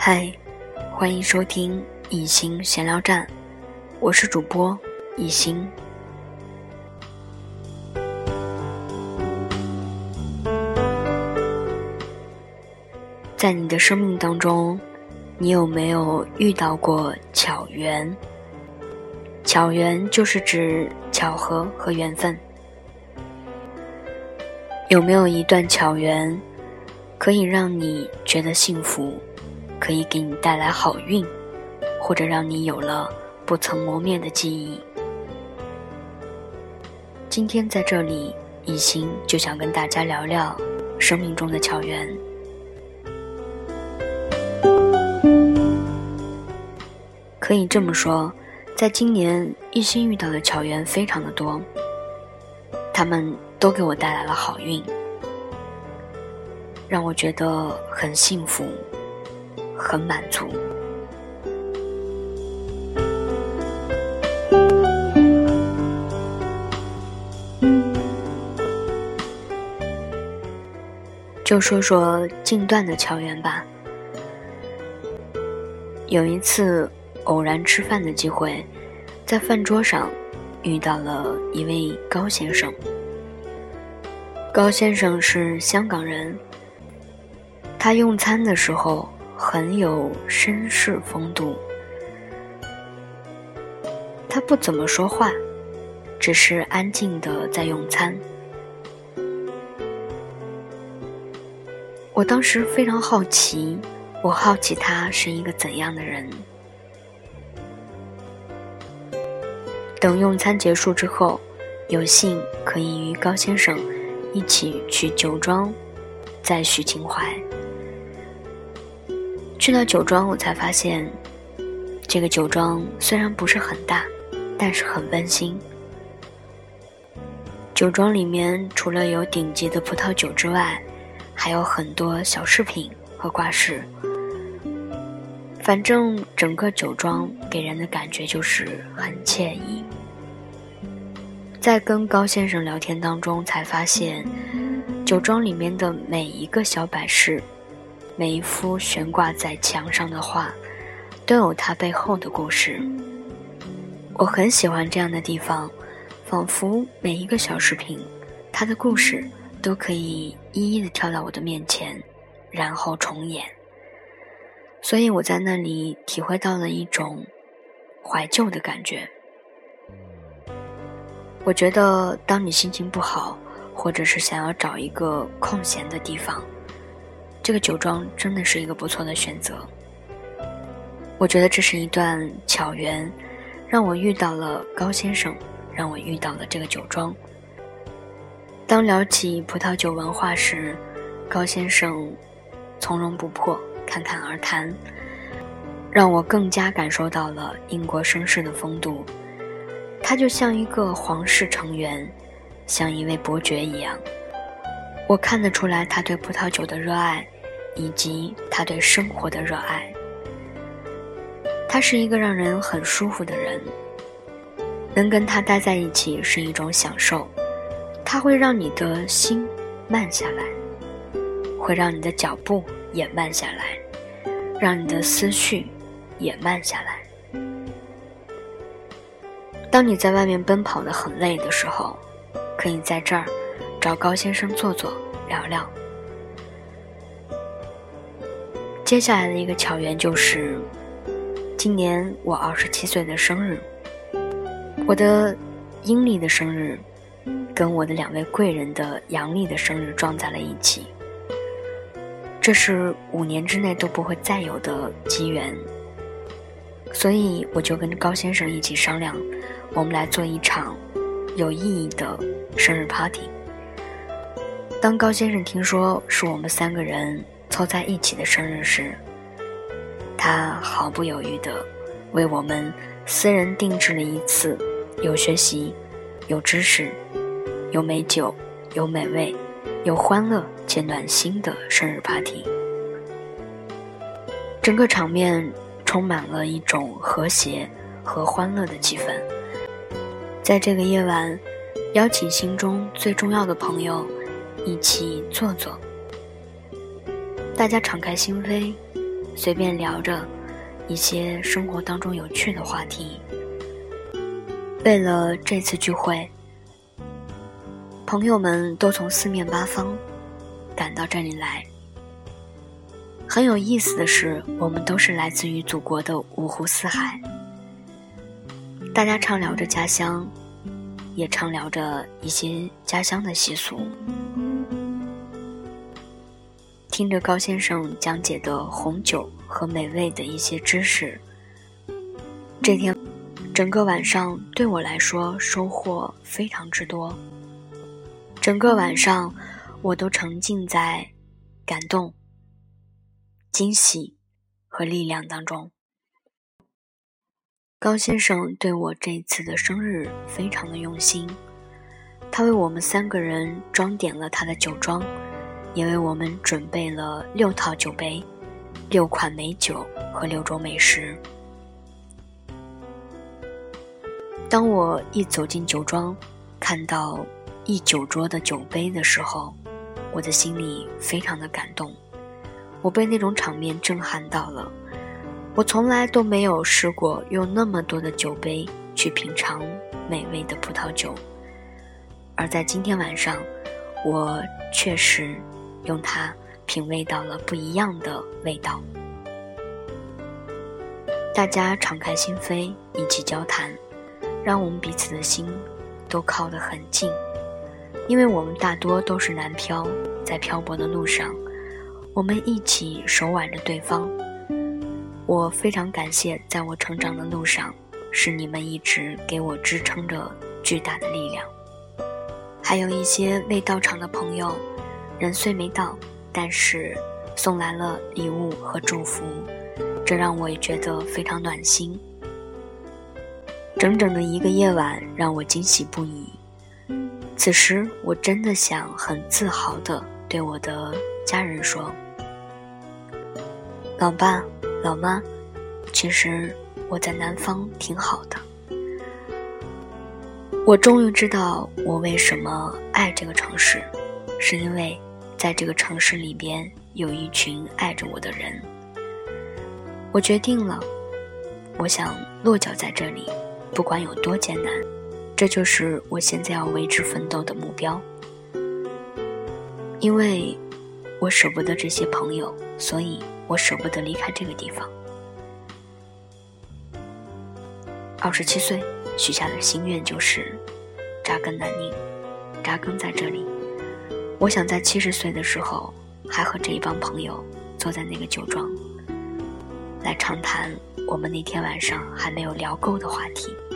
嗨，欢迎收听一心闲聊站，我是主播一心。在你的生命当中，你有没有遇到过巧缘？巧缘就是指巧合和缘分。有没有一段巧缘可以让你觉得幸福，可以给你带来好运，或者让你有了不曾磨灭的记忆？今天在这里，一心就想跟大家聊聊生命中的巧缘。可以这么说，在今年一心遇到的巧缘非常的多，他们都给我带来了好运，让我觉得很幸福，很满足。就说说近段的巧缘吧。有一次偶然吃饭的机会，在饭桌上遇到了一位高先生。高先生是香港人，他用餐的时候很有绅士风度，他不怎么说话，只是安静地在用餐。我当时非常好奇，我好奇他是一个怎样的人。等用餐结束之后，有幸可以与高先生一起去酒庄再续情怀。去到酒庄，我才发现这个酒庄虽然不是很大，但是很温馨。酒庄里面除了有顶级的葡萄酒之外，还有很多小饰品和挂饰。反正整个酒庄给人的感觉就是很惬意。在跟高先生聊天当中，才发现酒庄里面的每一个小摆饰，每一幅悬挂在墙上的画，都有它背后的故事。我很喜欢这样的地方，仿佛每一个小饰品，它的故事都可以一一的跳到我的面前，然后重演。所以我在那里体会到了一种怀旧的感觉。我觉得当你心情不好，或者是想要找一个空闲的地方，这个酒庄真的是一个不错的选择。我觉得这是一段巧缘，让我遇到了高先生，让我遇到了这个酒庄。当聊起葡萄酒文化时，高先生从容不迫，侃侃而谈，让我更加感受到了英国绅士的风度。他就像一个皇室成员，像一位伯爵一样。我看得出来他对葡萄酒的热爱，以及他对生活的热爱。他是一个让人很舒服的人，能跟他待在一起是一种享受。他会让你的心慢下来，会让你的脚步也慢下来，让你的思绪也慢下来。当你在外面奔跑得很累的时候，可以在这儿找高先生坐坐聊聊。接下来的一个巧缘就是今年我27岁的生日，我的阴历的生日跟我的2位贵人的阳历的生日撞在了一起，这是5年之内都不会再有的机缘。所以我就跟高先生一起商量，我们来做一场有意义的生日 party。 当高先生听说是我们3个人凑在一起的生日时，他毫不犹豫地为我们私人定制了一次有学习、有知识、有美酒、有美味、有欢乐且暖心的生日 party。 整个场面充满了一种和谐和欢乐的气氛。在这个夜晚，邀请心中最重要的朋友一起坐坐，大家敞开心扉， 随便聊着一些生活当中有趣的话题。为了这次聚会，朋友们都从四面八方赶到这里来。很有意思的是，我们都是来自于祖国的五湖四海，大家畅聊着家乡，也畅聊着一些家乡的习俗，听着高先生讲解的红酒和美味的一些知识。这天整个晚上对我来说收获非常之多，整个晚上我都沉浸在感动、惊喜和力量当中。高先生对我这一次的生日非常的用心，他为我们3个人装点了他的酒庄，也为我们准备了6套酒杯、6款美酒和6种美食。当我一走进酒庄，看到一酒桌的酒杯的时候，我的心里非常的感动，我被那种场面震撼到了。我从来都没有试过用那么多的酒杯去品尝美味的葡萄酒，而在今天晚上，我确实用它品味到了不一样的味道。大家敞开心扉，一起交谈，让我们彼此的心都靠得很近，因为我们大多都是南漂，在漂泊的路上，我们一起手挽着对方。我非常感谢在我成长的路上，是你们一直给我支撑着巨大的力量。还有一些未到场的朋友，人虽没到，但是送来了礼物和祝福，这让我也觉得非常暖心。整整的一个夜晚让我惊喜不已，此时我真的想很自豪地对我的家人说，老爸老妈，其实我在南方挺好的。我终于知道我为什么爱这个城市，是因为在这个城市里边有一群爱着我的人。我决定了，我想落脚在这里，不管有多艰难，这就是我现在要为之奋斗的目标。因为我舍不得这些朋友，所以我舍不得离开这个地方。27岁许下的心愿就是扎根南宁，扎根在这里。我想在70岁的时候，还和这一帮朋友坐在那个酒庄，来畅谈我们那天晚上还没有聊够的话题。